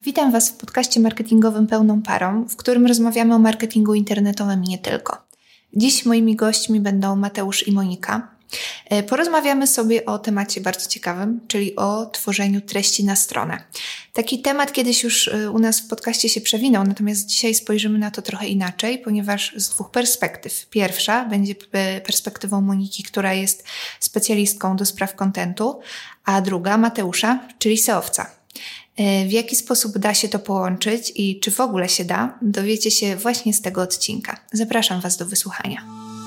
Witam Was w podcaście marketingowym Pełną Parą, w którym rozmawiamy o marketingu internetowym i nie tylko. Dziś moimi gośćmi będą Mateusz i Monika. Porozmawiamy sobie o temacie bardzo ciekawym, czyli o tworzeniu treści na stronę. Taki temat kiedyś już u nas w podcaście się przewinął, natomiast dzisiaj spojrzymy na to trochę inaczej, ponieważ z dwóch perspektyw. Pierwsza będzie perspektywą Moniki, która jest specjalistką do spraw kontentu, a druga Mateusza, czyli SEO-wca. W jaki sposób da się to połączyć i czy w ogóle się da, dowiecie się właśnie z tego odcinka. Zapraszam Was do wysłuchania.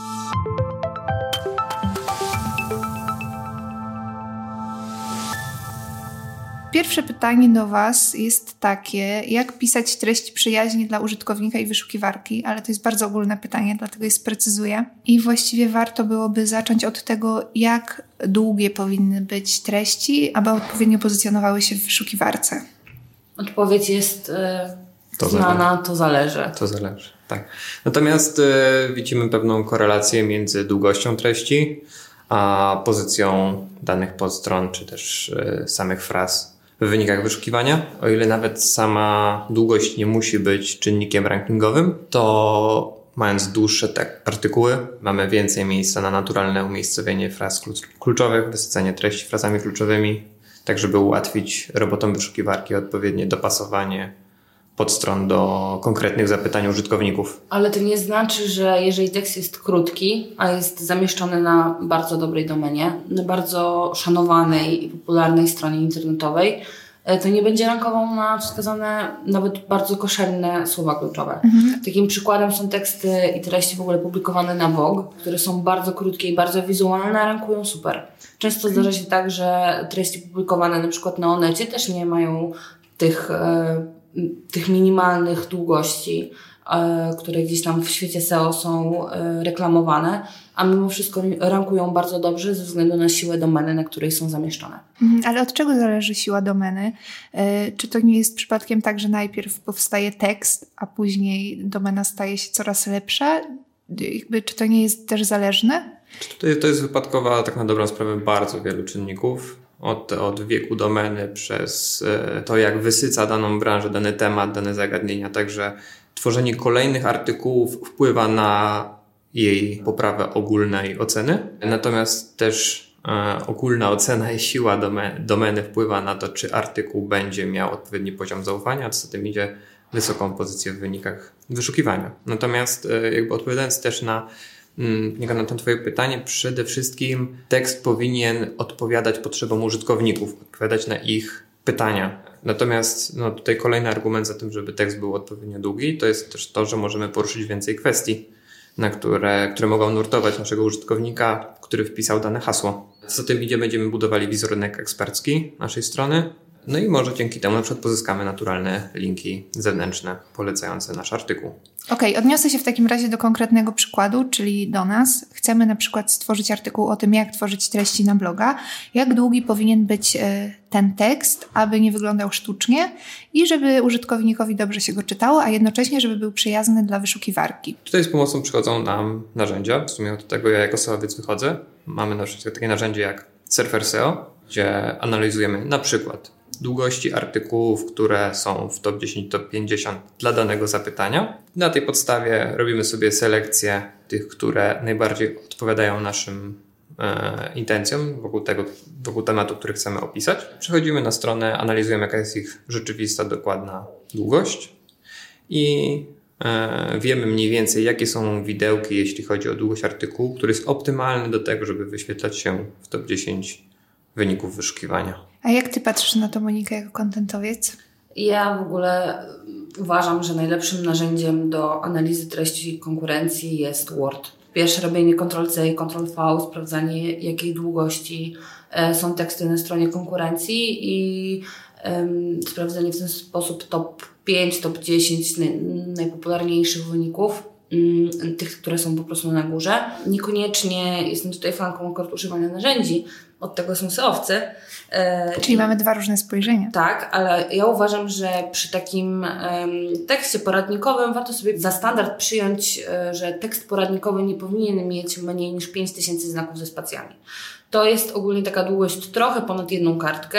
Pierwsze pytanie do Was jest takie, jak pisać treści przyjaźnie dla użytkownika i wyszukiwarki, ale to jest bardzo ogólne pytanie, dlatego je sprecyzuję. I właściwie warto byłoby zacząć od tego, jak długie powinny być treści, aby odpowiednio pozycjonowały się w wyszukiwarce. Odpowiedź jest znana, to zależy. To zależy, tak. Natomiast widzimy pewną korelację między długością treści, a pozycją danych podstron, czy też samych fraz w wynikach wyszukiwania. O ile nawet sama długość nie musi być czynnikiem rankingowym, to mając dłuższe artykuły, mamy więcej miejsca na naturalne umiejscowienie fraz kluczowych, wysycenie treści frazami kluczowymi, tak żeby ułatwić robotom wyszukiwarki odpowiednie dopasowanie podstron do konkretnych zapytań użytkowników. Ale to nie znaczy, że jeżeli tekst jest krótki, a jest zamieszczony na bardzo dobrej domenie, na bardzo szanowanej i popularnej stronie internetowej, to nie będzie rankował na wskazane nawet bardzo koszerne słowa kluczowe. Takim przykładem są teksty i treści w ogóle publikowane na Vogue, które są bardzo krótkie i bardzo wizualne, a rankują super. Często zdarza się tak, że treści publikowane na przykład na Onecie też nie mają tych minimalnych długości, które gdzieś tam w świecie SEO są reklamowane, a mimo wszystko rankują bardzo dobrze ze względu na siłę domeny, na której są zamieszczone. Ale od czego zależy siła domeny? Czy to nie jest przypadkiem tak, że najpierw powstaje tekst, a później domena staje się coraz lepsza? Czy to nie jest też zależne? To jest wypadkowa tak na dobrą sprawę bardzo wielu czynników. Od wieku domeny, przez to, jak wysyca daną branżę, dany temat, dane zagadnienia. Także tworzenie kolejnych artykułów wpływa na jej poprawę ogólnej oceny. Natomiast też ogólna ocena i siła domeny wpływa na to, czy artykuł będzie miał odpowiedni poziom zaufania, a co za tym idzie wysoką pozycję w wynikach wyszukiwania. Natomiast odpowiadając też na to Twoje pytanie, przede wszystkim tekst powinien odpowiadać potrzebom użytkowników, odpowiadać na ich pytania. Natomiast tutaj kolejny argument za tym, żeby tekst był odpowiednio długi, to jest też to, że możemy poruszyć więcej kwestii, które mogą nurtować naszego użytkownika, który wpisał dane hasło. Co za tym idzie, będziemy budowali wizerunek ekspercki naszej strony. No i może dzięki temu na przykład pozyskamy naturalne linki zewnętrzne polecające nasz artykuł. Okej, odniosę się w takim razie do konkretnego przykładu, czyli do nas. Chcemy na przykład stworzyć artykuł o tym, jak tworzyć treści na bloga. Jak długi powinien być ten tekst, aby nie wyglądał sztucznie i żeby użytkownikowi dobrze się go czytało, a jednocześnie, żeby był przyjazny dla wyszukiwarki. Tutaj z pomocą przychodzą nam narzędzia. W sumie od tego ja jako SEO-wiec wychodzę. Mamy na przykład takie narzędzie jak Surfer SEO, gdzie analizujemy na przykład długości artykułów, które są w top 10, top 50 dla danego zapytania. Na tej podstawie robimy sobie selekcję tych, które najbardziej odpowiadają naszym intencjom wokół tematu, który chcemy opisać. Przechodzimy na stronę, analizujemy, jaka jest ich rzeczywista, dokładna długość i wiemy mniej więcej, jakie są widełki, jeśli chodzi o długość artykułu, który jest optymalny do tego, żeby wyświetlać się w top 10 wyników wyszukiwania. A jak Ty patrzysz na to, Monika, jako kontentowiec? Ja w ogóle uważam, że najlepszym narzędziem do analizy treści konkurencji jest Word. Pierwsze robienie Ctrl-C i Ctrl-V, sprawdzanie jakiej długości są teksty na stronie konkurencji i sprawdzenie w ten sposób top 5, top 10 najpopularniejszych wyników, tych, które są po prostu na górze. Niekoniecznie jestem tutaj fanką akurat używania narzędzi, od tego są SEO-wcy. Czyli mamy dwa różne spojrzenia. Tak, ale ja uważam, że przy takim tekście poradnikowym warto sobie za standard przyjąć, że tekst poradnikowy nie powinien mieć mniej niż 5000 znaków ze spacjami. To jest ogólnie taka długość trochę ponad jedną kartkę.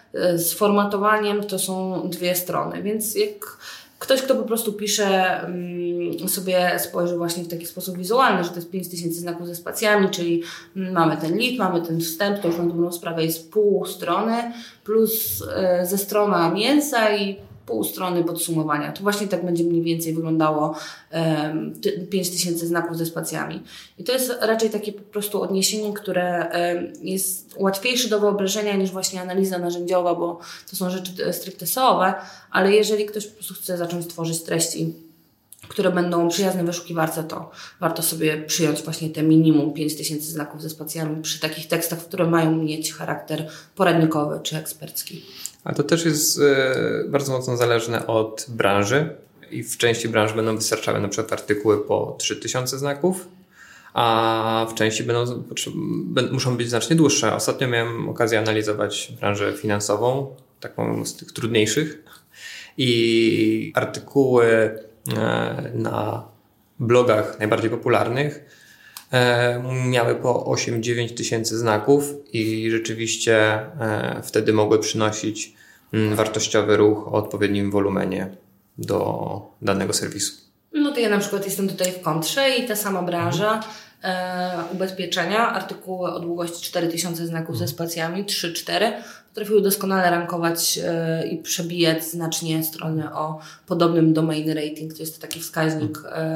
z formatowaniem to są 2 strony, więc jak ktoś, kto po prostu pisze, sobie spojrzy właśnie w taki sposób wizualny, że to jest 5000 znaków ze spacjami, czyli mamy ten lead, mamy ten wstęp, to już na dobrą sprawę jest pół strony, plus ze strona mięsa i pół strony podsumowania. To właśnie tak będzie mniej więcej wyglądało 5000 znaków ze spacjami. I to jest raczej takie po prostu odniesienie, które jest łatwiejsze do wyobrażenia niż właśnie analiza narzędziowa, bo to są rzeczy stricte SEO-owe, ale jeżeli ktoś po prostu chce zacząć tworzyć treści, które będą przyjazne wyszukiwarce, to warto sobie przyjąć właśnie te minimum 5000 znaków ze spacjami przy takich tekstach, które mają mieć charakter poradnikowy czy ekspercki. A to też jest bardzo mocno zależne od branży i w części branż będą wystarczały na przykład artykuły po 3000 znaków, a w części muszą być znacznie dłuższe. Ostatnio miałem okazję analizować branżę finansową, taką z tych trudniejszych, i artykuły na blogach najbardziej popularnych miały po 8-9 tysięcy znaków i rzeczywiście wtedy mogły przynosić wartościowy ruch o odpowiednim wolumenie do danego serwisu. No to ja na przykład jestem tutaj w Kontrze i ta sama branża, ubezpieczenia, artykuły o długości 4000 znaków ze spacjami, 3-4, potrafiły doskonale rankować i przebijać znacznie strony o podobnym domain rating. To jest taki wskaźnik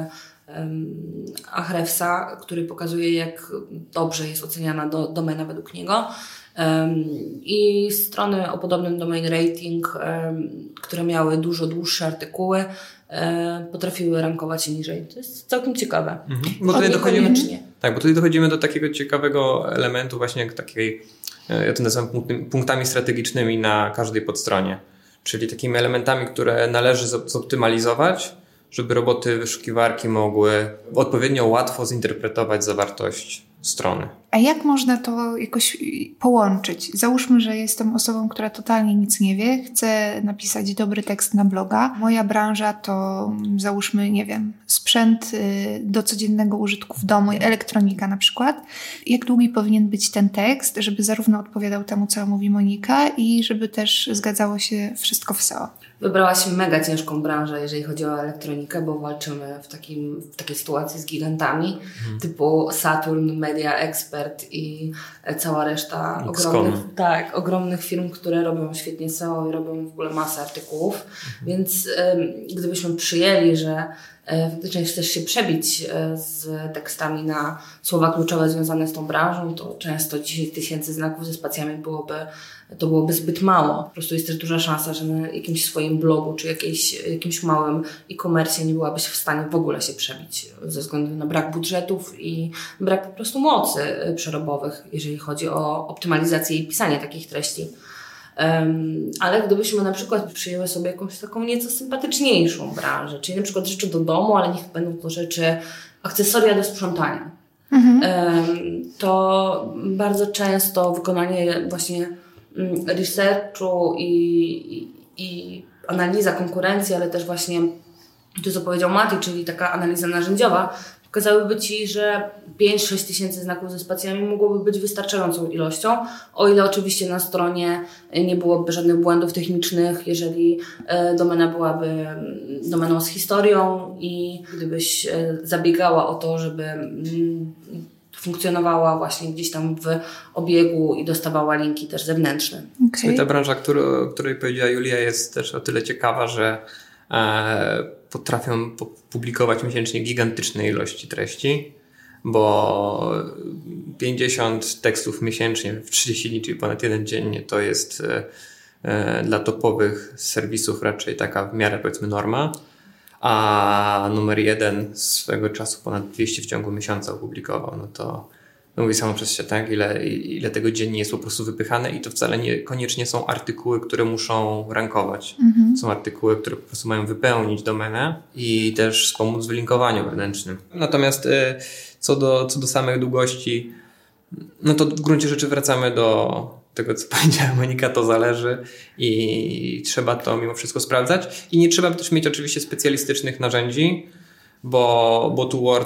Ahrefsa, który pokazuje, jak dobrze jest oceniana domena według niego. I strony o podobnym domain rating, które miały dużo dłuższe artykuły, potrafiły rankować niżej. To jest całkiem ciekawe. Bo tutaj dochodzimy do takiego ciekawego elementu właśnie jak takiej, ja to nazywam punktami strategicznymi na każdej podstronie. Czyli takimi elementami, które należy zoptymalizować, żeby roboty wyszukiwarki mogły odpowiednio łatwo zinterpretować zawartość strony. A jak można to jakoś połączyć? Załóżmy, że jestem osobą, która totalnie nic nie wie, chcę napisać dobry tekst na bloga. Moja branża to, załóżmy, nie wiem, sprzęt do codziennego użytku w domu, elektronika na przykład. Jak długi powinien być ten tekst, żeby zarówno odpowiadał temu, co mówi Monika, i żeby też zgadzało się wszystko w SEO? Wybrałaś mega ciężką branżę, jeżeli chodzi o elektronikę, bo walczymy w takiej sytuacji z gigantami typu Saturn, Media Expert i cała reszta ogromnych firm, które robią świetnie SEO i robią w ogóle masę artykułów. Więc gdybyśmy przyjęli, że faktycznie chcesz się przebić z tekstami na słowa kluczowe związane z tą branżą, to często 10 tysięcy znaków ze spacjami byłoby zbyt mało. Po prostu jest też duża szansa, że na jakimś swoim blogu czy jakimś małym e-commerce nie byłabyś w stanie w ogóle się przebić ze względu na brak budżetów i brak po prostu mocy przerobowych, jeżeli chodzi o optymalizację i pisanie takich treści. Ale gdybyśmy na przykład przyjęły sobie jakąś taką nieco sympatyczniejszą branżę, czyli na przykład rzeczy do domu, ale niech będą to rzeczy, akcesoria do sprzątania, to bardzo często wykonanie właśnie researchu i analiza konkurencji, ale też właśnie to, co powiedział Mati, czyli taka analiza narzędziowa, pokazałyby Ci, że 5-6 tysięcy znaków ze spacjami mogłoby być wystarczającą ilością, o ile oczywiście na stronie nie byłoby żadnych błędów technicznych, jeżeli domena byłaby domeną z historią i gdybyś zabiegała o to, żeby funkcjonowała właśnie gdzieś tam w obiegu i dostawała linki też zewnętrzne. Okay. Ta branża, o której powiedziała Julia, jest też o tyle ciekawa, że potrafią publikować miesięcznie gigantyczne ilości treści, bo 50 tekstów miesięcznie w 30 dni, czyli ponad jeden dziennie, to jest dla topowych serwisów raczej taka w miarę, powiedzmy, norma. A numer 1 swego czasu ponad 200 w ciągu miesiąca opublikował, no to mówi samo przez się, tak, ile tego dziennie jest po prostu wypychane i to wcale niekoniecznie są artykuły, które muszą rankować. Są artykuły, które po prostu mają wypełnić domenę i też wspomóc w linkowaniu wewnętrznym. Natomiast co do samych długości, no to w gruncie rzeczy wracamy do tego, co powiedziała Monika, to zależy i trzeba to mimo wszystko sprawdzać. I nie trzeba też mieć oczywiście specjalistycznych narzędzi, bo tu Word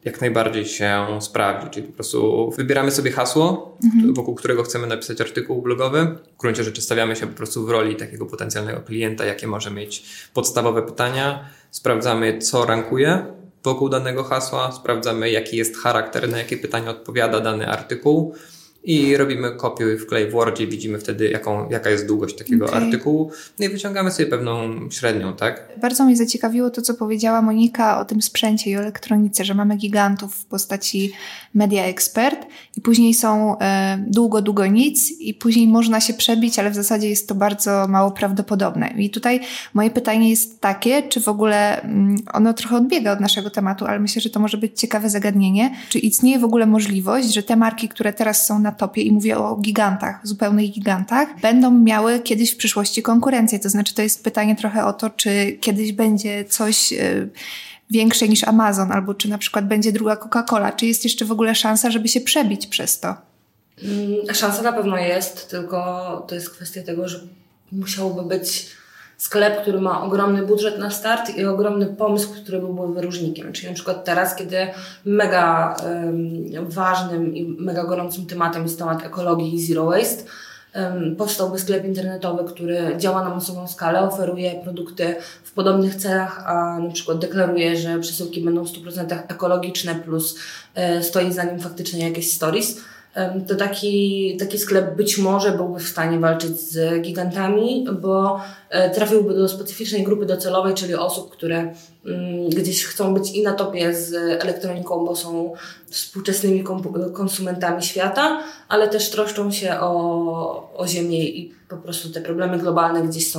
jak najbardziej się sprawdzi. Czyli po prostu wybieramy sobie hasło, wokół którego chcemy napisać artykuł blogowy. W gruncie rzeczy stawiamy się po prostu w roli takiego potencjalnego klienta, jakie może mieć podstawowe pytania. Sprawdzamy, co rankuje wokół danego hasła. Sprawdzamy, jaki jest charakter, na jakie pytania odpowiada dany artykuł. I robimy kopiuj i wklej w Wordzie, widzimy wtedy, jaka jest długość takiego artykułu. No i wyciągamy sobie pewną średnią, tak? Bardzo mnie zaciekawiło to, co powiedziała Monika o tym sprzęcie i o elektronice, że mamy gigantów w postaci Media Expert i później są długo nic i później można się przebić, ale w zasadzie jest to bardzo mało prawdopodobne. I tutaj moje pytanie jest takie, czy w ogóle ono trochę odbiega od naszego tematu, ale myślę, że to może być ciekawe zagadnienie. Czy istnieje w ogóle możliwość, że te marki, które teraz są na topie i mówię o gigantach, zupełnych gigantach, będą miały kiedyś w przyszłości konkurencję. To znaczy to jest pytanie trochę o to, czy kiedyś będzie coś większe niż Amazon, albo czy na przykład będzie druga Coca-Cola. Czy jest jeszcze w ogóle szansa, żeby się przebić przez to? Szansa na pewno jest, tylko to jest kwestia tego, że musiałby być sklep, który ma ogromny budżet na start i ogromny pomysł, który byłby wyróżnikiem. Czyli na przykład teraz, kiedy mega ważnym i mega gorącym tematem jest temat ekologii i zero waste, powstałby sklep internetowy, który działa na masową skalę, oferuje produkty w podobnych celach, a na przykład deklaruje, że przesyłki będą w 100% ekologiczne, plus stoi za nim faktycznie jakieś stories. To taki sklep być może byłby w stanie walczyć z gigantami, bo trafiłby do specyficznej grupy docelowej, czyli osób, które gdzieś chcą być i na topie z elektroniką, bo są współczesnymi konsumentami świata, ale też troszczą się o ziemię i po prostu te problemy globalne gdzieś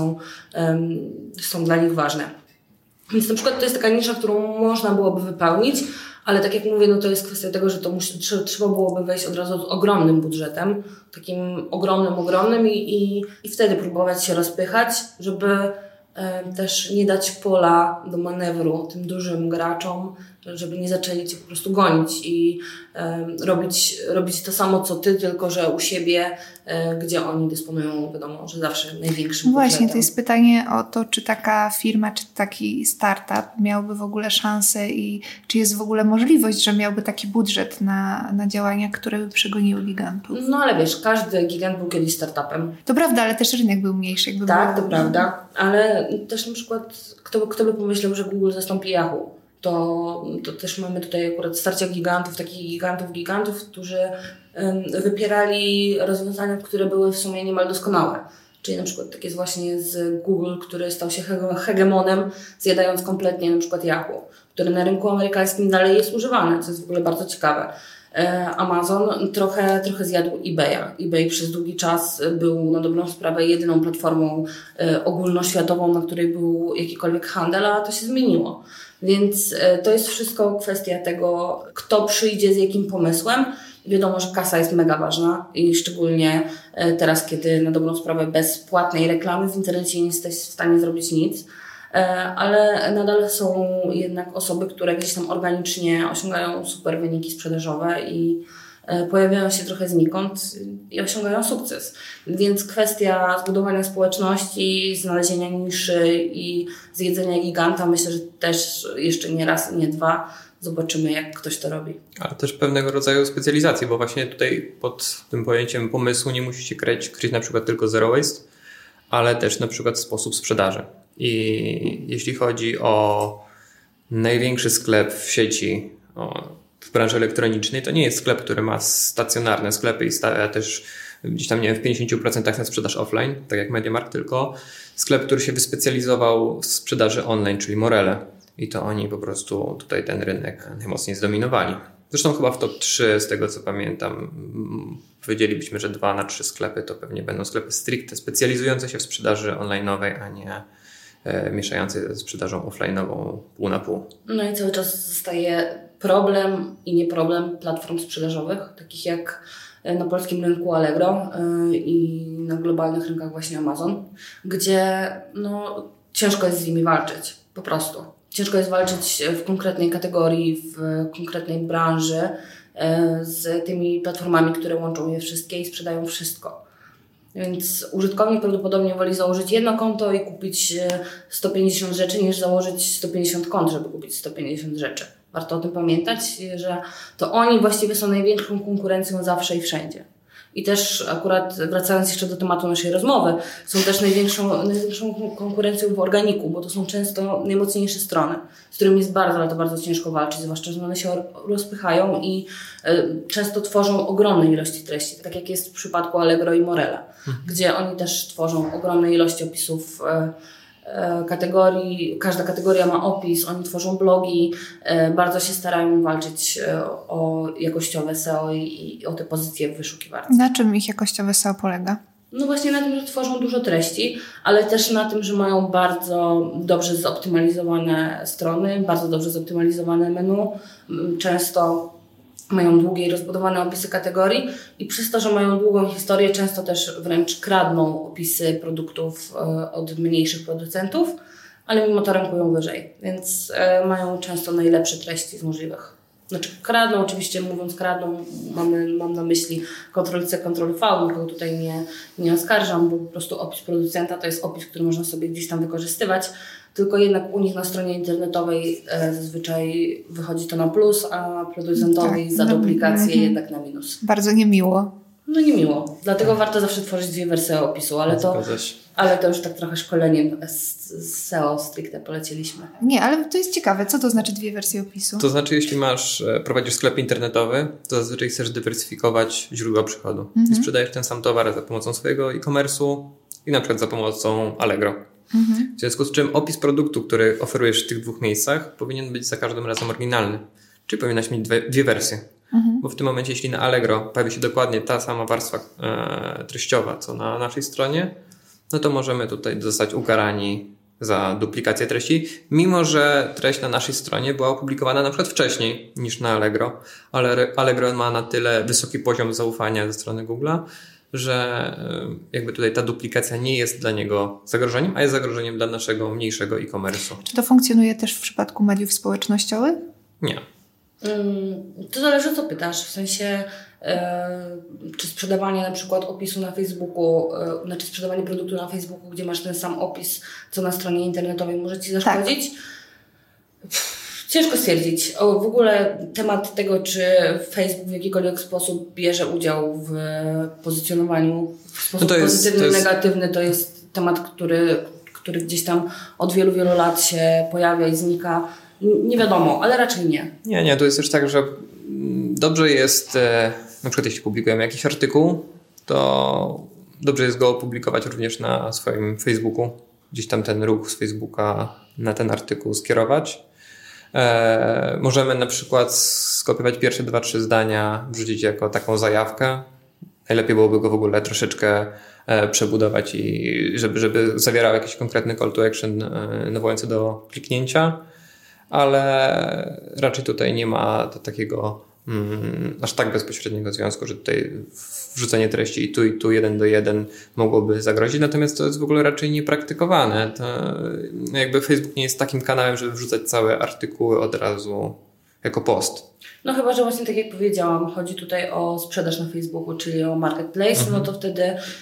są dla nich ważne. Więc na przykład to jest taka nisza, którą można byłoby wypełnić, ale tak jak mówię, no to jest kwestia tego, że to trzeba byłoby wejść od razu z ogromnym budżetem, takim ogromnym i wtedy próbować się rozpychać, żeby też nie dać pola do manewru tym dużym graczom, żeby nie zaczęli cię po prostu gonić i robić to samo co ty, tylko że u siebie, gdzie oni dysponują, wiadomo, że zawsze największym budżetem. Właśnie, to jest pytanie o to, czy taka firma, czy taki startup miałby w ogóle szansę i czy jest w ogóle możliwość, że miałby taki budżet na działania, które by przegoniły gigantów. No ale wiesz, każdy gigant był kiedyś startupem. To prawda, ale też rynek był mniejszy. Tak, to prawda, ale też na przykład kto by pomyślał, że Google zastąpi Yahoo? To też mamy tutaj akurat starcia gigantów, takich gigantów, którzy wypierali rozwiązania, które były w sumie niemal doskonałe. Czyli na przykład tak jest właśnie z Google, który stał się hegemonem, zjadając kompletnie na przykład Yahoo, który na rynku amerykańskim dalej jest używany, co jest w ogóle bardzo ciekawe. Amazon trochę zjadł eBaya. eBay przez długi czas był na dobrą sprawę jedyną platformą ogólnoświatową, na której był jakikolwiek handel, a to się zmieniło. Więc to jest wszystko kwestia tego, kto przyjdzie z jakim pomysłem. Wiadomo, że kasa jest mega ważna i szczególnie teraz, kiedy na dobrą sprawę bez płatnej reklamy w internecie nie jesteś w stanie zrobić nic. Ale nadal są jednak osoby, które gdzieś tam organicznie osiągają super wyniki sprzedażowe i pojawiają się trochę znikąd i osiągają sukces. Więc kwestia zbudowania społeczności, znalezienia niszy i zjedzenia giganta, myślę, że też jeszcze nie raz i nie dwa zobaczymy, jak ktoś to robi. Ale też pewnego rodzaju specjalizacji, bo właśnie tutaj pod tym pojęciem pomysłu nie musicie kryć na przykład tylko zero waste, ale też na przykład sposób sprzedaży. I jeśli chodzi o największy sklep w sieci, w branży elektronicznej, to nie jest sklep, który ma stacjonarne sklepy i stawia też gdzieś tam, nie wiem, w 50% na sprzedaż offline, tak jak MediaMarkt, tylko sklep, który się wyspecjalizował w sprzedaży online, czyli Morele. I to oni po prostu tutaj ten rynek najmocniej zdominowali. Zresztą chyba w top 3, z tego co pamiętam, powiedzielibyśmy, że 2 na 3 sklepy to pewnie będą sklepy stricte specjalizujące się w sprzedaży online'owej, a nie mieszające ze sprzedażą offline'ową pół na pół. No i cały czas zostaje problem i nie problem platform sprzedażowych, takich jak na polskim rynku Allegro i na globalnych rynkach właśnie Amazon, gdzie no, ciężko jest z nimi walczyć, po prostu. Ciężko jest walczyć w konkretnej kategorii, w konkretnej branży z tymi platformami, które łączą je wszystkie i sprzedają wszystko. Więc użytkownik prawdopodobnie woli założyć jedno konto i kupić 150 rzeczy, niż założyć 150 kont, żeby kupić 150 rzeczy. Warto o tym pamiętać, że to oni właściwie są największą konkurencją zawsze i wszędzie. I też akurat wracając jeszcze do tematu naszej rozmowy, są też największą konkurencją w organiku, bo to są często najmocniejsze strony, z którymi jest bardzo, ale to bardzo ciężko walczyć, zwłaszcza, że one się rozpychają i często tworzą ogromne ilości treści, tak jak jest w przypadku Allegro i Morela, gdzie oni też tworzą ogromne ilości opisów kategorii, każda kategoria ma opis, oni tworzą blogi, bardzo się starają walczyć o jakościowe SEO i o te pozycje w wyszukiwarce. Na czym ich jakościowe SEO polega? No właśnie na tym, że tworzą dużo treści, ale też na tym, że mają bardzo dobrze zoptymalizowane strony, bardzo dobrze zoptymalizowane menu, często mają długie i rozbudowane opisy kategorii i przez to, że mają długą historię, często też wręcz kradną opisy produktów od mniejszych producentów, ale mimo to rankują wyżej, więc mają często najlepsze treści z możliwych. Znaczy kradną, oczywiście mówiąc kradną, mam na myśli Ctrl-C, Ctrl-V, nikogo tutaj nie oskarżam, bo po prostu opis producenta to jest opis, który można sobie gdzieś tam wykorzystywać, tylko jednak u nich na stronie internetowej zazwyczaj wychodzi to na plus, a producentowi za duplikację jednak na minus. Bardzo niemiło. No niemiło. Dlatego warto zawsze tworzyć 2 wersje opisu, ale to już tak trochę szkoleniem z SEO stricte polecieliśmy. Nie, ale to jest ciekawe. Co to znaczy 2 wersje opisu? To znaczy, jeśli prowadzisz sklep internetowy, to zazwyczaj chcesz dywersyfikować źródła przychodu. I sprzedajesz ten sam towar za pomocą swojego e-commerce'u i na przykład za pomocą Allegro. W związku z czym opis produktu, który oferujesz w tych 2 miejscach, powinien być za każdym razem oryginalny. Czyli powinnaś mieć 2 wersje. Bo w tym momencie, jeśli na Allegro pojawi się dokładnie ta sama warstwa treściowa, co na naszej stronie, no to możemy tutaj zostać ukarani za duplikację treści, mimo że treść na naszej stronie była opublikowana na przykład wcześniej niż na Allegro, ale Allegro ma na tyle wysoki poziom zaufania ze strony Google'a, że jakby tutaj ta duplikacja nie jest dla niego zagrożeniem, a jest zagrożeniem dla naszego mniejszego e-commerce'u. Czy to funkcjonuje też w przypadku mediów społecznościowych? Nie. To zależy, co pytasz. W sensie, czy sprzedawanie na przykład opisu na Facebooku, znaczy sprzedawanie produktu na Facebooku, gdzie masz ten sam opis, co na stronie internetowej, może Ci zaszkodzić? Tak. Ciężko stwierdzić. W ogóle temat tego, czy Facebook w jakikolwiek sposób bierze udział w pozycjonowaniu w sposób pozytywny, negatywny, to jest temat, który gdzieś tam od wielu, wielu lat się pojawia i znika. Nie wiadomo, ale raczej nie. Nie, to jest też tak, że dobrze jest, na przykład jeśli publikujemy jakiś artykuł, to dobrze jest go opublikować również na swoim Facebooku. Gdzieś tam ten ruch z Facebooka na ten artykuł skierować. Możemy na przykład skopiować pierwsze 2-3 zdania, wrzucić jako taką zajawkę. Najlepiej byłoby go w ogóle troszeczkę przebudować i żeby zawierał jakiś konkretny call to action nawołujący do kliknięcia, ale raczej tutaj nie ma takiego aż tak bezpośredniego związku, że tutaj wrzucenie treści i tu 1 do 1 mogłoby zagrozić, natomiast to jest w ogóle raczej niepraktykowane. To jakby Facebook nie jest takim kanałem, żeby wrzucać całe artykuły od razu jako post. No chyba, że właśnie tak jak powiedziałam, chodzi tutaj o sprzedaż na Facebooku, czyli o marketplace, no to wtedy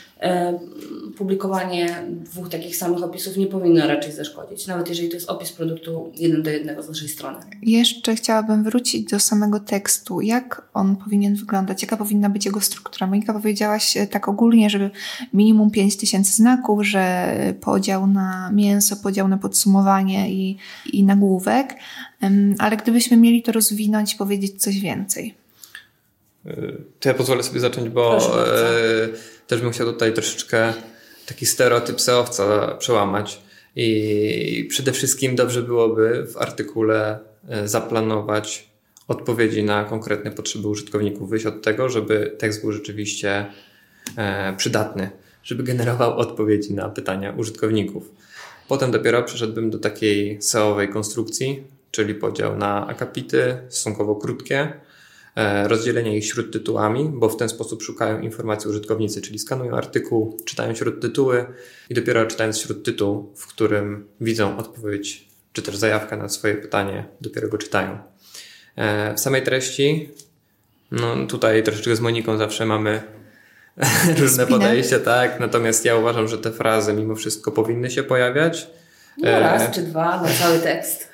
publikowanie 2 takich samych opisów nie powinno raczej zaszkodzić, nawet jeżeli to jest opis produktu 1 do 1 z naszej strony. Jeszcze chciałabym wrócić do samego tekstu. Jak on powinien wyglądać? Jaka powinna być jego struktura? Monika, powiedziałaś tak ogólnie, żeby minimum 5000 znaków, że podział na mięso, podział na podsumowanie i nagłówek, ale gdybyśmy mieli to rozwinąć i powiedzieć coś więcej. To ja pozwolę sobie zacząć, bo też bym chciał tutaj troszeczkę taki stereotyp SEO-wca przełamać i przede wszystkim dobrze byłoby w artykule zaplanować odpowiedzi na konkretne potrzeby użytkowników, wyjść od tego, żeby tekst był rzeczywiście przydatny, żeby generował odpowiedzi na pytania użytkowników. Potem dopiero przeszedłbym do takiej SEO-owej konstrukcji, czyli podział na akapity stosunkowo krótkie, rozdzielenie ich śródtytułami, bo w ten sposób szukają informacji użytkownicy, czyli skanują artykuł, czytają śródtytuły i dopiero czytając śródtytuł, w którym widzą odpowiedź czy też zajawkę na swoje pytanie, dopiero go czytają. W samej treści, no tutaj troszeczkę z Moniką zawsze mamy różne podejścia, tak, natomiast ja uważam, że te frazy mimo wszystko powinny się pojawiać. No raz czy dwa na cały tekst.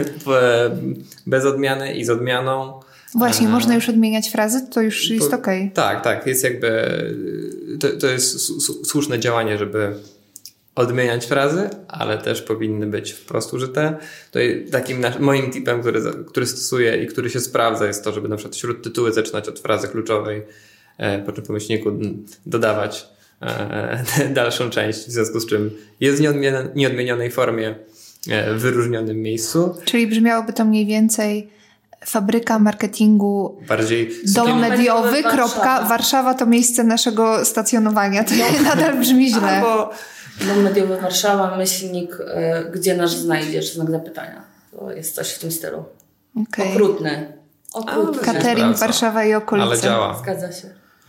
Bez odmiany i z odmianą. Właśnie, można już odmieniać frazy, to już jest okej. Tak, jest jakby, to jest słuszne działanie, żeby odmieniać frazy, ale też powinny być wprost użyte. To takim moim tipem, który stosuję i który się sprawdza, jest to, żeby na przykład śródtytuły zaczynać od frazy kluczowej, po czym po myślniku dodawać dalszą część, w związku z czym jest w nieodmienionej formie, w wyróżnionym miejscu. Czyli brzmiałoby to mniej więcej fabryka marketingu bardziej dom mediowy, Warszawa to miejsce naszego stacjonowania. To nadal brzmi źle. Albo dom mediowy Warszawa, myślnik, gdzie nas znajdziesz, znak zapytania. To jest coś w tym stylu. Okay. Okrutny. Catering Warszawa i okolice. Ale działa. Zgadza się.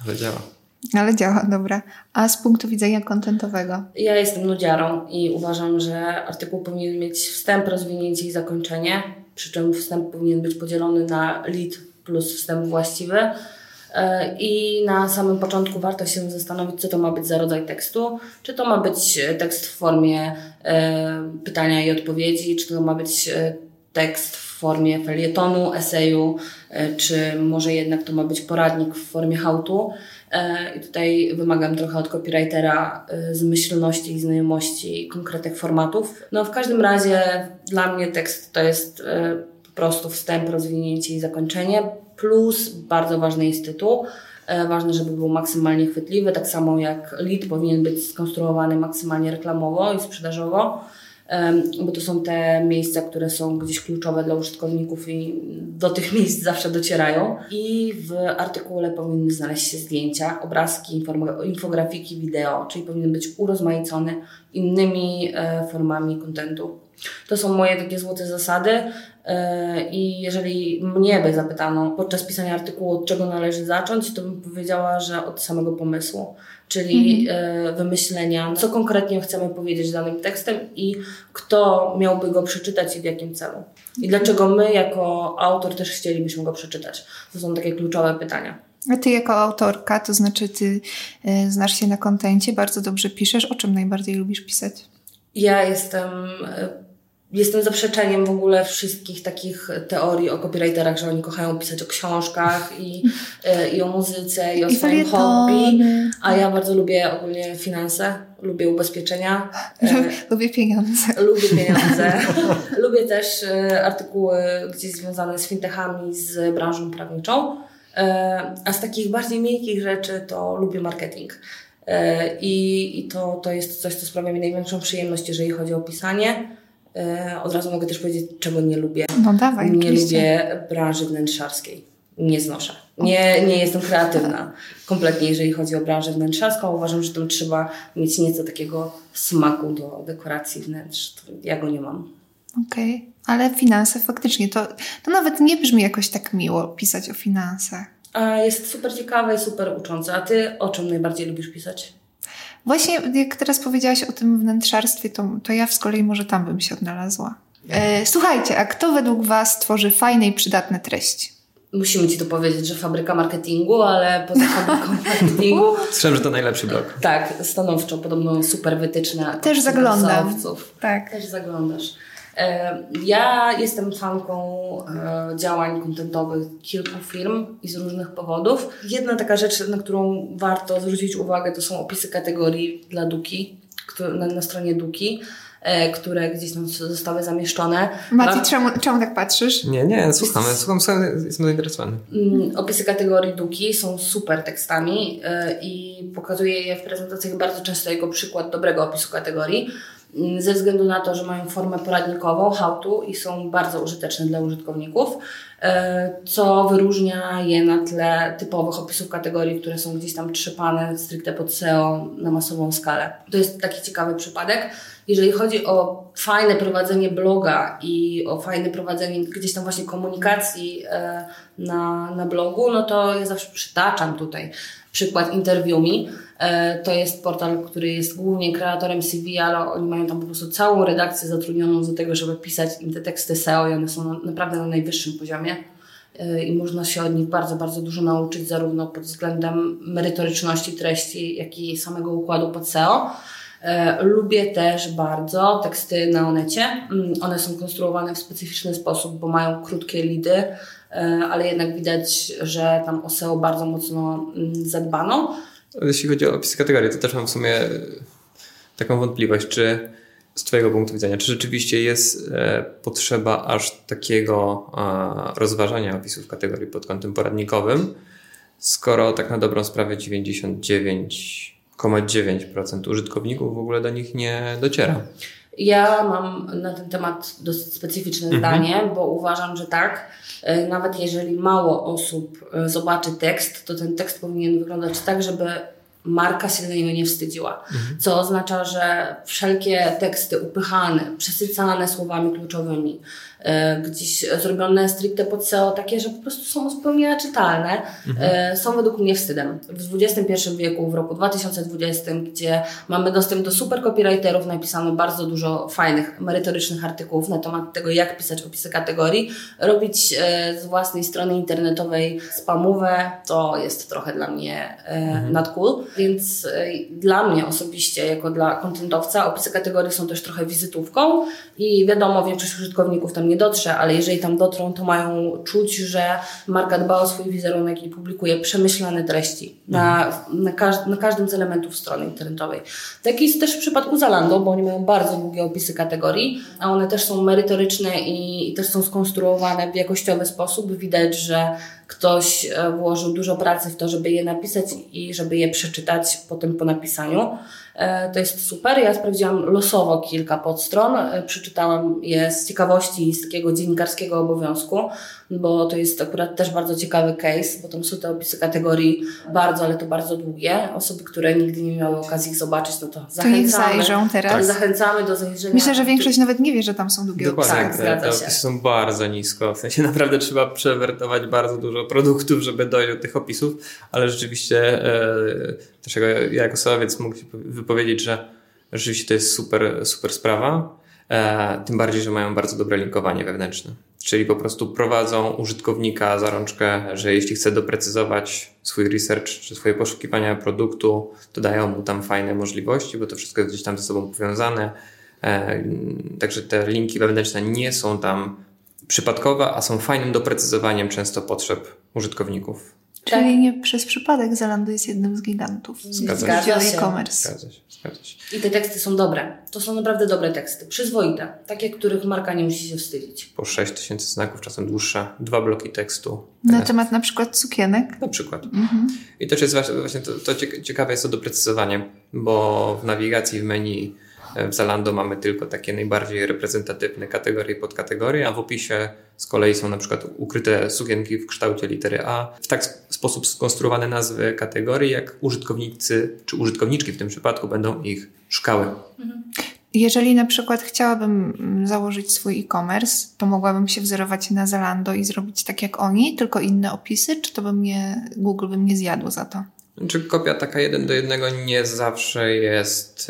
Ale działa, dobra. A z punktu widzenia kontentowego? Ja jestem nudziarą i uważam, że artykuł powinien mieć wstęp, rozwinięcie i zakończenie, przy czym wstęp powinien być podzielony na lead plus wstęp właściwy i na samym początku warto się zastanowić, co to ma być za rodzaj tekstu. Czy to ma być tekst w formie pytania i odpowiedzi, czy to ma być tekst w formie felietonu, eseju, czy może jednak to ma być poradnik w formie how-to. I tutaj wymagam trochę od copywritera zmyślności i znajomości konkretnych formatów. No w każdym razie dla mnie tekst to jest po prostu wstęp, rozwinięcie i zakończenie, plus bardzo ważny jest tytuł. Ważne, żeby był maksymalnie chwytliwy, tak samo jak lead powinien być skonstruowany maksymalnie reklamowo i sprzedażowo, bo to są te miejsca, które są gdzieś kluczowe dla użytkowników i do tych miejsc zawsze docierają. I w artykule powinny znaleźć się zdjęcia, obrazki, infografiki, wideo, czyli powinien być urozmaicony innymi formami kontentu. To są moje takie złote zasady i jeżeli mnie by zapytano podczas pisania artykułu, od czego należy zacząć, to bym powiedziała, że od samego pomysłu, czyli wymyślenia, co konkretnie chcemy powiedzieć danym tekstem i kto miałby go przeczytać i w jakim celu. I dlaczego my jako autor też chcielibyśmy go przeczytać. To są takie kluczowe pytania. A ty jako autorka, to znaczy ty znasz się na kontencie, bardzo dobrze piszesz. O czym najbardziej lubisz pisać? Ja jestem zaprzeczeniem w ogóle wszystkich takich teorii o copywriterach, że oni kochają pisać o książkach i o muzyce, i o swoim hobby. A ja bardzo lubię ogólnie finanse, lubię ubezpieczenia. Lubię pieniądze. Lubię pieniądze. Lubię też artykuły gdzieś związane z fintechami, z branżą prawniczą. A z takich bardziej miękkich rzeczy to lubię marketing. I to jest coś, co sprawia mi największą przyjemność, jeżeli chodzi o pisanie. Od razu mogę też powiedzieć, czego nie lubię. No dawaj, nie lubię branży wnętrzarskiej. Nie znoszę. Nie jestem kreatywna. Kompletnie, jeżeli chodzi o branżę wnętrzarską. Uważam, że tam trzeba mieć nieco takiego smaku do dekoracji wnętrz. Ja go nie mam. Okej. Ale finanse faktycznie, to nawet nie brzmi jakoś tak miło pisać o finansach. Jest super ciekawe i super uczące. A ty o czym najbardziej lubisz pisać? Właśnie jak teraz powiedziałaś o tym wnętrzarstwie, to ja z kolei może tam bym się odnalazła. Słuchajcie, a kto według was tworzy fajne i przydatne treści? Musimy ci to powiedzieć, że fabryka marketingu, ale poza fabryką marketingu... Słyszałem, że to najlepszy blog. Tak, stanowczo. Podobno super wytyczne. Też zaglądam. Tak. Też zaglądasz. Ja jestem fanką działań kontentowych kilku firm i z różnych powodów. Jedna taka rzecz, na którą warto zwrócić uwagę, to są opisy kategorii dla Duki, na stronie Duki, które gdzieś tam zostały zamieszczone. Mati, czemu tak patrzysz? Nie, słucham, jestem zainteresowany. Opisy kategorii Duki są super tekstami i pokazuję je w prezentacjach bardzo często jako przykład dobrego opisu kategorii. Ze względu na to, że mają formę poradnikową, how-to i są bardzo użyteczne dla użytkowników, co wyróżnia je na tle typowych opisów kategorii, które są gdzieś tam trzepane stricte pod SEO na masową skalę. To jest taki ciekawy przypadek. Jeżeli chodzi o fajne prowadzenie bloga i o fajne prowadzenie gdzieś tam właśnie komunikacji na blogu, no to ja zawsze przytaczam tutaj przykład InterviewMe. To jest portal, który jest głównie kreatorem CV, ale oni mają tam po prostu całą redakcję zatrudnioną do tego, żeby pisać im te teksty SEO i one są naprawdę na najwyższym poziomie i można się od nich bardzo, bardzo dużo nauczyć, zarówno pod względem merytoryczności treści, jak i samego układu pod SEO. Lubię też bardzo teksty na Onecie. One są konstruowane w specyficzny sposób, bo mają krótkie lidy, ale jednak widać, że tam o SEO bardzo mocno zadbano. Jeśli chodzi o opisy kategorii, to też mam w sumie taką wątpliwość, czy z Twojego punktu widzenia, czy rzeczywiście jest potrzeba aż takiego rozważania opisów kategorii pod kątem poradnikowym, skoro tak na dobrą sprawę 99,9% użytkowników w ogóle do nich nie dociera. Ja mam na ten temat dosyć specyficzne zdanie, bo uważam, że tak, nawet jeżeli mało osób zobaczy tekst, to ten tekst powinien wyglądać tak, żeby marka się za niego nie wstydziła. Co oznacza, że wszelkie teksty upychane, przesycane słowami kluczowymi, gdzieś zrobione stricte pod SEO, takie, że po prostu są zupełnie czytalne, są według mnie wstydem. W XXI wieku, w roku 2020, gdzie mamy dostęp do super copywriterów, napisano bardzo dużo fajnych, merytorycznych artykułów na temat tego, jak pisać opisy kategorii, robić z własnej strony internetowej spamowe, to jest trochę dla mnie not cool. Więc dla mnie osobiście, jako dla kontentowca, opisy kategorii są też trochę wizytówką i wiadomo, większość użytkowników tam nie dotrze, ale jeżeli tam dotrą, to mają czuć, że marka dba o swój wizerunek i publikuje przemyślane treści na każdym z elementów strony internetowej. Tak jest też w przypadku Zalando, bo oni mają bardzo długie opisy kategorii, a one też są merytoryczne i też są skonstruowane w jakościowy sposób. Widać, że ktoś włożył dużo pracy w to, żeby je napisać i żeby je przeczytać potem po napisaniu. To jest super. Ja sprawdziłam losowo kilka podstron. Przeczytałam je z ciekawości, z takiego dziennikarskiego obowiązku, bo to jest akurat też bardzo ciekawy case, bo tam są te opisy kategorii bardzo, ale to bardzo długie. Osoby, które nigdy nie miały okazji ich zobaczyć, no to zachęcamy. To niech zajrzą teraz. Tak, zachęcamy do zajrzenia. Myślę, że większość nawet nie wie, że tam są długie opisy. Dokładnie, Tak, zgadza te się. opisy są bardzo nisko. W sensie naprawdę trzeba przewertować bardzo dużo produktów, żeby dojść do tych opisów, ale rzeczywiście też ja jako osobowiec mógł się wypowiedzieć, że rzeczywiście to jest super sprawa. Tym bardziej, że mają bardzo dobre linkowanie wewnętrzne. Czyli po prostu prowadzą użytkownika za rączkę, że jeśli chce doprecyzować swój research czy swoje poszukiwania produktu, to dają mu tam fajne możliwości, bo to wszystko jest gdzieś tam ze sobą powiązane. Także te linki wewnętrzne nie są tam przypadkowe, a są fajnym doprecyzowaniem często potrzeb użytkowników. Czyli nie przez przypadek Zalando jest jednym z gigantów. Zgadza się. E-commerce. Zgadza się. I te teksty są dobre. To są naprawdę dobre teksty. Przyzwoite. Takie, których marka nie musi się wstydzić. Po 6000 znaków, czasem dłuższe, 2 bloki tekstu. Na temat na przykład sukienek. Na przykład. I też jest właśnie to ciekawe jest to doprecyzowanie, bo w nawigacji, w menu w Zalando mamy tylko takie najbardziej reprezentatywne kategorie i podkategorie, a w opisie z kolei są na przykład ukryte sukienki w kształcie litery A. W taki sposób skonstruowane nazwy kategorii, jak użytkownicy czy użytkowniczki w tym przypadku będą ich szukały. Jeżeli na przykład chciałabym założyć swój e-commerce, to mogłabym się wzorować na Zalando i zrobić tak jak oni, tylko inne opisy, czy to Google by mnie zjadło za to? Czy kopia taka 1:1 nie zawsze jest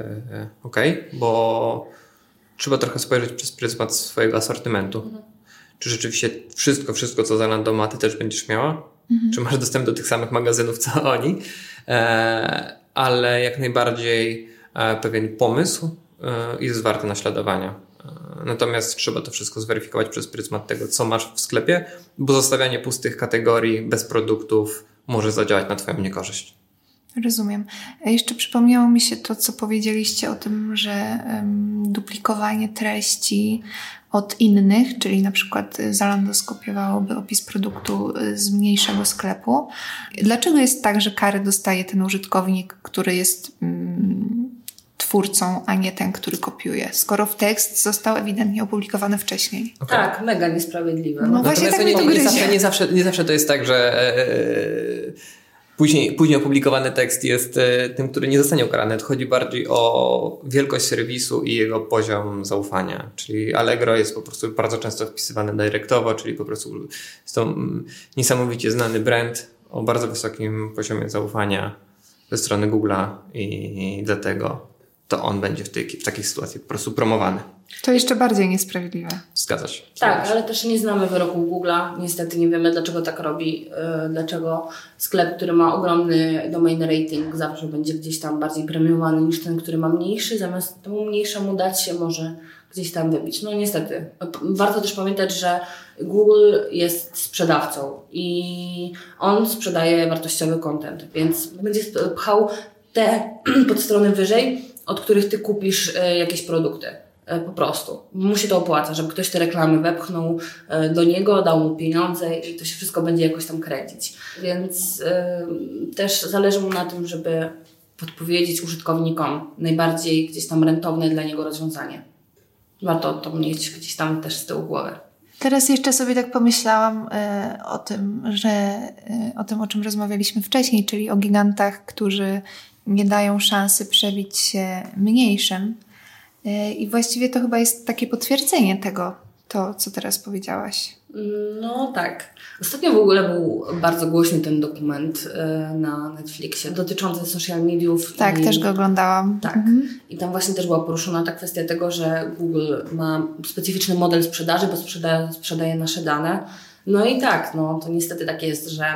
bo trzeba trochę spojrzeć przez pryzmat swojego asortymentu. Czy rzeczywiście wszystko co Zalando ma, ty też będziesz miała? Czy masz dostęp do tych samych magazynów co oni? Ale jak najbardziej pewien pomysł jest warty naśladowania. Natomiast trzeba to wszystko zweryfikować przez pryzmat tego, co masz w sklepie, bo zostawianie pustych kategorii bez produktów może zadziałać na twoją niekorzyść. Rozumiem. Jeszcze przypomniało mi się to, co powiedzieliście o tym, że duplikowanie treści od innych, czyli na przykład Zalando skopiowałoby opis produktu z mniejszego sklepu. Dlaczego jest tak, że karę dostaje ten użytkownik, który jest twórcą, a nie ten, który kopiuje, skoro tekst został ewidentnie opublikowany wcześniej? Okay. Tak, mega niesprawiedliwe. No właśnie tak mnie to gryzie. Nie zawsze to jest tak, że później opublikowany tekst jest tym, który nie zostanie ukarany. To chodzi bardziej o wielkość serwisu i jego poziom zaufania. Czyli Allegro jest po prostu bardzo często wpisywane dyrektowo, czyli po prostu jest to niesamowicie znany brand o bardzo wysokim poziomie zaufania ze strony Google'a i dlatego to on będzie w takich sytuacjach po prostu promowany. To jeszcze bardziej niesprawiedliwe. Zgadza się. Tak, ale też nie znamy wyroku Google'a. Niestety nie wiemy, dlaczego tak robi. Dlaczego sklep, który ma ogromny domain rating, zawsze będzie gdzieś tam bardziej premiowany niż ten, który ma mniejszy. Zamiast temu mniejszemu dać się może gdzieś tam wybić. No niestety. Warto też pamiętać, że Google jest sprzedawcą i on sprzedaje wartościowy content, więc będzie pchał te podstrony wyżej, od których ty kupisz jakieś produkty. Po prostu. Mu się to opłaca, żeby ktoś te reklamy wepchnął do niego, dał mu pieniądze i to się wszystko będzie jakoś tam kręcić. Więc też zależy mu na tym, żeby podpowiedzieć użytkownikom najbardziej gdzieś tam rentowne dla niego rozwiązanie. Warto to mieć gdzieś tam też z tyłu głowy. Teraz jeszcze sobie tak pomyślałam o tym, o czym rozmawialiśmy wcześniej, czyli o gigantach, którzy nie dają szansy przebić się mniejszym. I właściwie to chyba jest takie potwierdzenie tego, to co teraz powiedziałaś. No tak. Ostatnio w ogóle był bardzo głośny ten dokument na Netflixie dotyczący social mediów. Tak, też go oglądałam. Tak. I tam właśnie też była poruszona ta kwestia tego, że Google ma specyficzny model sprzedaży, bo sprzedaje nasze dane. No i tak, no to niestety tak jest, że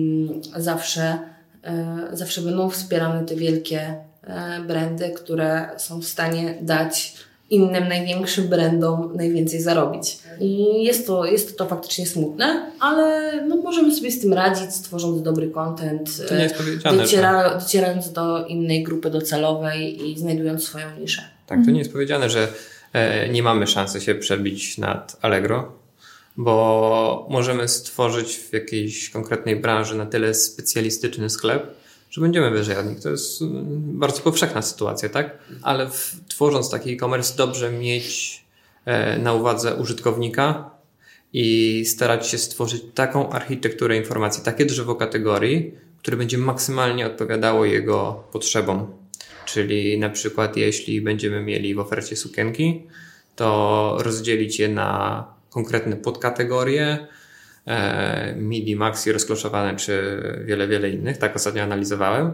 zawsze będą wspierane te wielkie brandy, które są w stanie dać innym największym brandom najwięcej zarobić. I jest to faktycznie smutne, ale no możemy sobie z tym radzić, tworząc dobry content, to nie jest powiedziane, docierając do innej grupy docelowej i znajdując swoją niszę. Tak, to nie jest powiedziane, że nie mamy szansy się przebić nad Allegro, bo możemy stworzyć w jakiejś konkretnej branży na tyle specjalistyczny sklep, że będziemy wyżej od nich. To jest bardzo powszechna sytuacja, tak? Ale tworząc taki e-commerce dobrze mieć na uwadze użytkownika i starać się stworzyć taką architekturę informacji, takie drzewo kategorii, które będzie maksymalnie odpowiadało jego potrzebom. Czyli na przykład jeśli będziemy mieli w ofercie sukienki, to rozdzielić je na konkretne podkategorie, midi, maxi, rozkloszowane czy wiele innych. Tak ostatnio analizowałem.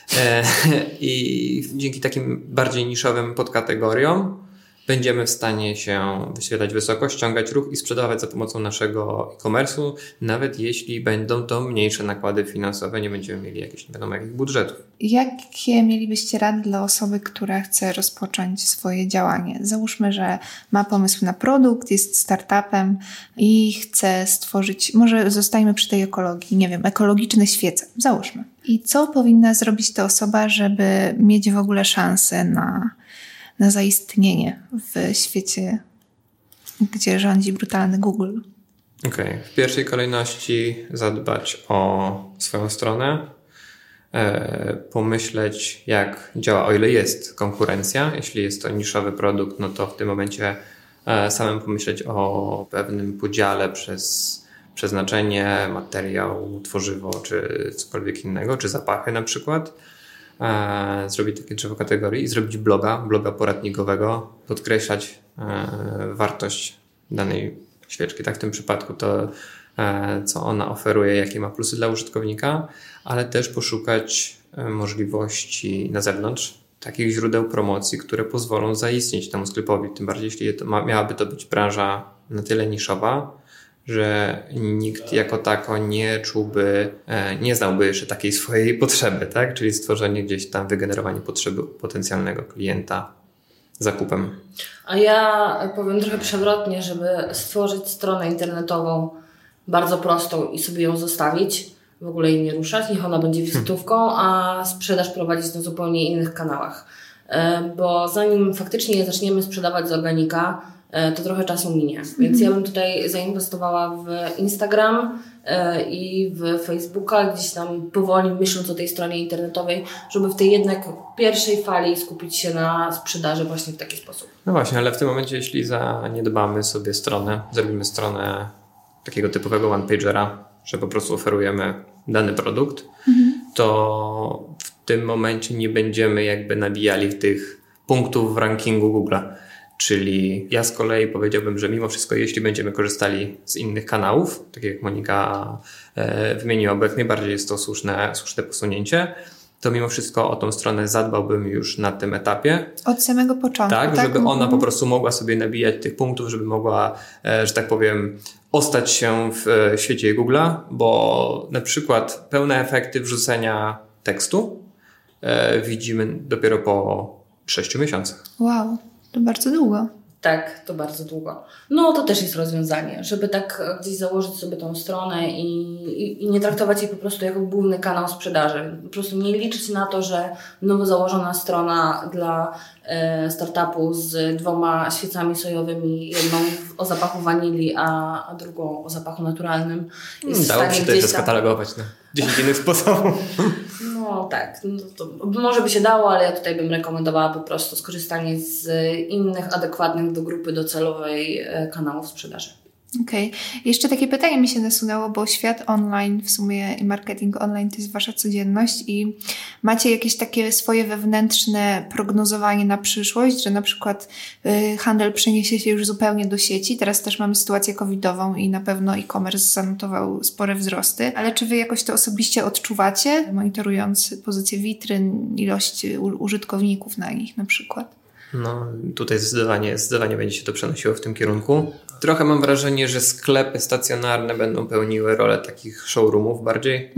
I dzięki takim bardziej niszowym podkategoriom będziemy w stanie się wyświetlać wysoko, ściągać ruch i sprzedawać za pomocą naszego e-commerce'u, nawet jeśli będą to mniejsze nakłady finansowe, nie będziemy mieli jakichś nie wiadomo jakich budżetów. Jakie mielibyście rady dla osoby, która chce rozpocząć swoje działanie? Załóżmy, że ma pomysł na produkt, jest startupem i chce stworzyć, może zostajmy przy tej ekologii, nie wiem, ekologiczne świece, załóżmy. I co powinna zrobić ta osoba, żeby mieć w ogóle szansę na zaistnienie w świecie, gdzie rządzi brutalny Google? Okej. W pierwszej kolejności zadbać o swoją stronę, pomyśleć jak działa, o ile jest konkurencja. Jeśli jest to niszowy produkt, no to w tym momencie samym pomyśleć o pewnym podziale przez przeznaczenie, materiał, tworzywo czy cokolwiek innego, czy zapachy na przykład. Zrobić takie drzewo kategorii i zrobić bloga poradnikowego, podkreślać wartość danej świeczki. Tak, w tym przypadku to, co ona oferuje, jakie ma plusy dla użytkownika, ale też poszukać możliwości na zewnątrz, takich źródeł promocji, które pozwolą zaistnieć temu sklepowi. Tym bardziej, jeśli miałaby to być branża na tyle niszowa, że nikt jako tako nie znałby jeszcze takiej swojej potrzeby, tak? Czyli stworzenie gdzieś tam, wygenerowanie potrzeby potencjalnego klienta zakupem. A ja powiem trochę przewrotnie, żeby stworzyć stronę internetową bardzo prostą i sobie ją zostawić, w ogóle jej nie ruszać, niech ona będzie wizytówką, a sprzedaż prowadzić na zupełnie innych kanałach. Bo zanim faktycznie zaczniemy sprzedawać z organika, to trochę czasu minie. Więc ja bym tutaj zainwestowała w Instagram i w Facebooka, gdzieś tam powoli myśląc o tej stronie internetowej, żeby w tej jednak pierwszej fali skupić się na sprzedaży właśnie w taki sposób. No właśnie, ale w tym momencie, jeśli zaniedbamy sobie stronę, zrobimy stronę takiego typowego one-pagera, że po prostu oferujemy dany produkt, to w tym momencie nie będziemy jakby nabijali tych punktów w rankingu Google'a. Czyli ja z kolei powiedziałbym, że mimo wszystko, jeśli będziemy korzystali z innych kanałów, tak jak Monika wymieniła, bo jak najbardziej jest to słuszne posunięcie, to mimo wszystko o tą stronę zadbałbym już na tym etapie. Od samego początku, tak? Żeby ona po prostu mogła sobie nabijać tych punktów, żeby mogła, że tak powiem, ostać się w świecie Google'a, bo na przykład pełne efekty wrzucenia tekstu widzimy dopiero po 6 miesiącach. Wow, to bardzo długo. Tak, to bardzo długo. No to też jest rozwiązanie, żeby tak gdzieś założyć sobie tą stronę i nie traktować jej po prostu jako główny kanał sprzedaży. Po prostu nie liczyć na to, że nowo założona strona dla startupu z 2 świecami sojowymi, jedną o zapachu wanilii, a drugą o zapachu naturalnym. Dałoby się też skatalogować na 10 innych sposobów. No tak, no to może by się dało, ale ja tutaj bym rekomendowała po prostu skorzystanie z innych, adekwatnych do grupy docelowej kanałów sprzedaży. Okej. Jeszcze takie pytanie mi się nasunęło, bo świat online, w sumie i marketing online to jest wasza codzienność i macie jakieś takie swoje wewnętrzne prognozowanie na przyszłość, że na przykład handel przeniesie się już zupełnie do sieci. Teraz też mamy sytuację covidową i na pewno e-commerce zanotował spore wzrosty. Ale czy wy jakoś to osobiście odczuwacie, monitorując pozycję witryn, ilość użytkowników na nich na przykład? No tutaj zdecydowanie będzie się to przenosiło w tym kierunku. Trochę mam wrażenie, że sklepy stacjonarne będą pełniły rolę takich showroomów bardziej.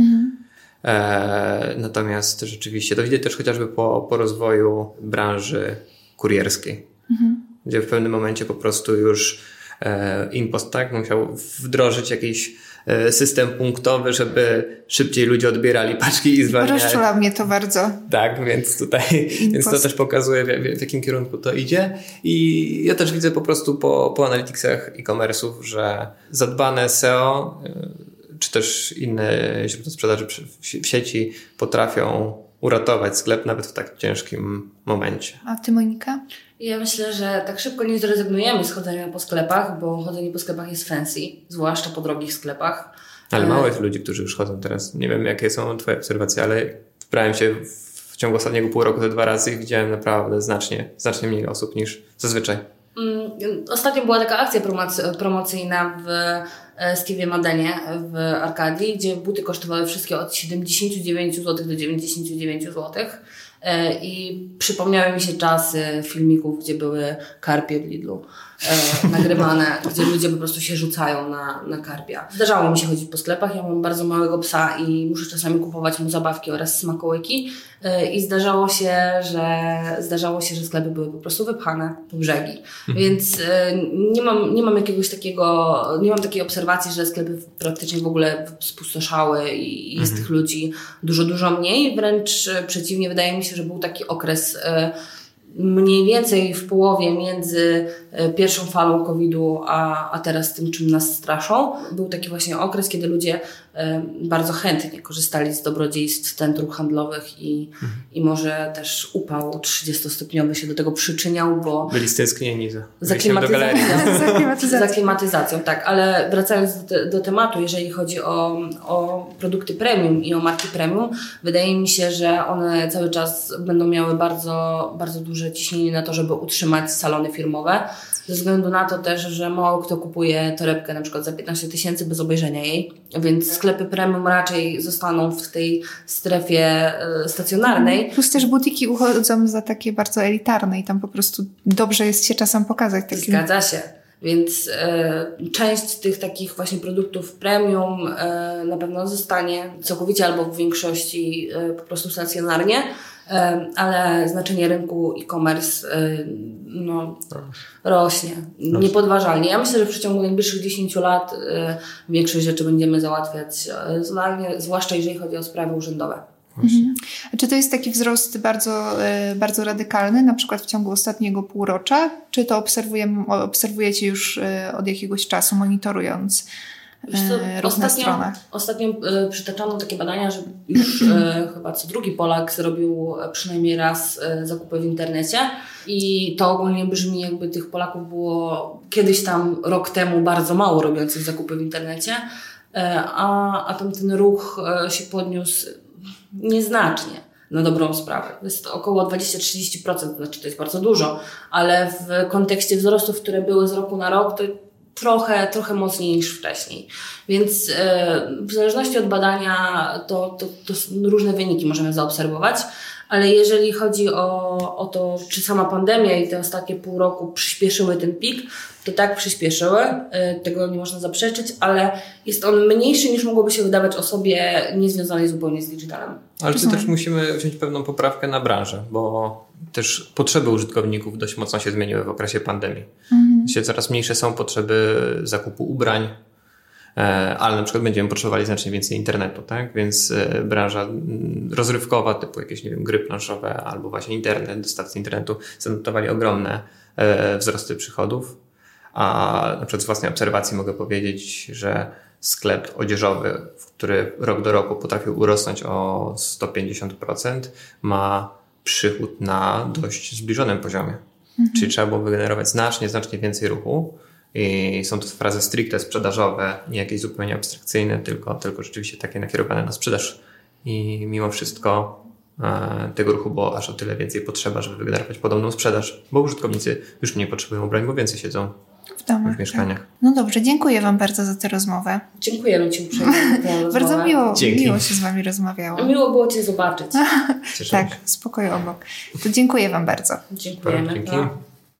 Natomiast rzeczywiście to widać też chociażby po rozwoju branży kurierskiej, gdzie w pewnym momencie po prostu już InPost musiał wdrożyć jakiś system punktowy, żeby szybciej ludzie odbierali paczki i zwalniali. Rozczula mnie to bardzo. Tak, więc więc to też pokazuje, w jakim kierunku to idzie. I ja też widzę po prostu po analityksach e-commerce'ów, że zadbane SEO czy też inne źródła sprzedaży w sieci potrafią uratować sklep nawet w tak ciężkim momencie. A ty, Monika? Ja myślę, że tak szybko nie zrezygnujemy z chodzenia po sklepach, bo chodzenie po sklepach jest fancy, zwłaszcza po drogich sklepach. Ale mało jest ludzi, którzy już chodzą teraz. Nie wiem, jakie są twoje obserwacje, ale wybrałem się w ciągu ostatniego pół roku 2 razy i widziałem naprawdę znacznie mniej osób niż zazwyczaj. Ostatnio była taka akcja promocyjna w Stevie Madenie w Arkadii, gdzie buty kosztowały wszystkie od 79 zł do 99 zł. I przypomniały mi się czasy filmików, gdzie były karpie w Lidlu nagrywane, gdzie ludzie po prostu się rzucają na karpia. Zdarzało mi się chodzić po sklepach, ja mam bardzo małego psa i muszę czasami kupować mu zabawki oraz smakołyki i zdarzało się, że sklepy były po prostu wypchane po brzegi. Więc nie mam takiej obserwacji, że sklepy praktycznie w ogóle spustoszały i jest tych ludzi dużo mniej. Wręcz przeciwnie, wydaje mi się, że był taki okres mniej więcej w połowie między pierwszą falą COVID-u, a teraz tym, czym nas straszą. Był taki właśnie okres, kiedy ludzie bardzo chętnie korzystali z dobrodziejstw centrum handlowych i może też upał 30-stopniowy się do tego przyczyniał, bo... Byli stęsknieni za klimatyzacją, tak. Ale wracając do tematu, jeżeli chodzi o produkty premium i o marki premium, wydaje mi się, że one cały czas będą miały bardzo, bardzo duże ciśnienie na to, żeby utrzymać salony firmowe. Ze względu na to też, że mało kto kupuje torebkę na przykład za 15 000 bez obejrzenia jej, więc sklepy premium raczej zostaną w tej strefie stacjonarnej. Plus też butiki uchodzą za takie bardzo elitarne i tam po prostu dobrze jest się czasem pokazać. Zgadza się. Więc część tych takich właśnie produktów premium na pewno zostanie całkowicie albo w większości po prostu stacjonarnie, ale znaczenie rynku e-commerce rośnie niepodważalnie. Ja myślę, że w przeciągu najbliższych 10 lat większość rzeczy będziemy załatwiać zdalnie, zwłaszcza jeżeli chodzi o sprawy urzędowe. Czy to jest taki wzrost bardzo, bardzo radykalny, na przykład w ciągu ostatniego półrocza? Czy to obserwujecie już od jakiegoś czasu, monitorując ruch na stronach? Ostatnio przytaczano takie badania, że już chyba co drugi Polak zrobił przynajmniej raz zakupy w internecie i to ogólnie brzmi, jakby tych Polaków było kiedyś tam rok temu bardzo mało robiących zakupy w internecie, a ten ruch się podniósł nieznacznie, na dobrą sprawę. To jest około 20-30%, znaczy to jest bardzo dużo, ale w kontekście wzrostów, które były z roku na rok, trochę mocniej niż wcześniej. Więc w zależności od badania to różne wyniki możemy zaobserwować, ale jeżeli chodzi o to, czy sama pandemia i te ostatnie pół roku przyspieszyły ten pik, to tak przyspieszyły, tego nie można zaprzeczyć, ale jest on mniejszy niż mogłoby się wydawać osobie niezwiązanej zupełnie z digitalem. Ale tu też musimy wziąć pewną poprawkę na branżę, bo też potrzeby użytkowników dość mocno się zmieniły w okresie pandemii. Coraz mniejsze są potrzeby zakupu ubrań, ale na przykład będziemy potrzebowali znacznie więcej internetu, tak? Więc branża rozrywkowa, typu jakieś, nie wiem, gry planszowe albo właśnie internet, dostawcy internetu zanotowali ogromne wzrosty przychodów. A na przykład z własnej obserwacji mogę powiedzieć, że sklep odzieżowy, który rok do roku potrafił urosnąć o 150%, ma przychód na dość zbliżonym poziomie. Czyli trzeba było wygenerować znacznie więcej ruchu. I są to frazy stricte sprzedażowe, nie jakieś zupełnie abstrakcyjne, tylko rzeczywiście takie nakierowane na sprzedaż. I mimo wszystko tego ruchu było aż o tyle więcej potrzeba, żeby wygenerować podobną sprzedaż, bo użytkownicy już mniej potrzebują ubrań, bo więcej siedzą w mieszkaniach. Tak. No dobrze, dziękuję Wam bardzo za tę rozmowę. Dziękujemy Ci uprzejmie za tę rozmowę. Bardzo miło się z Wami rozmawiało. Miło było Cię zobaczyć. Tak, z pokoju obok. To dziękuję Wam bardzo. Dziękujemy. Dzięki.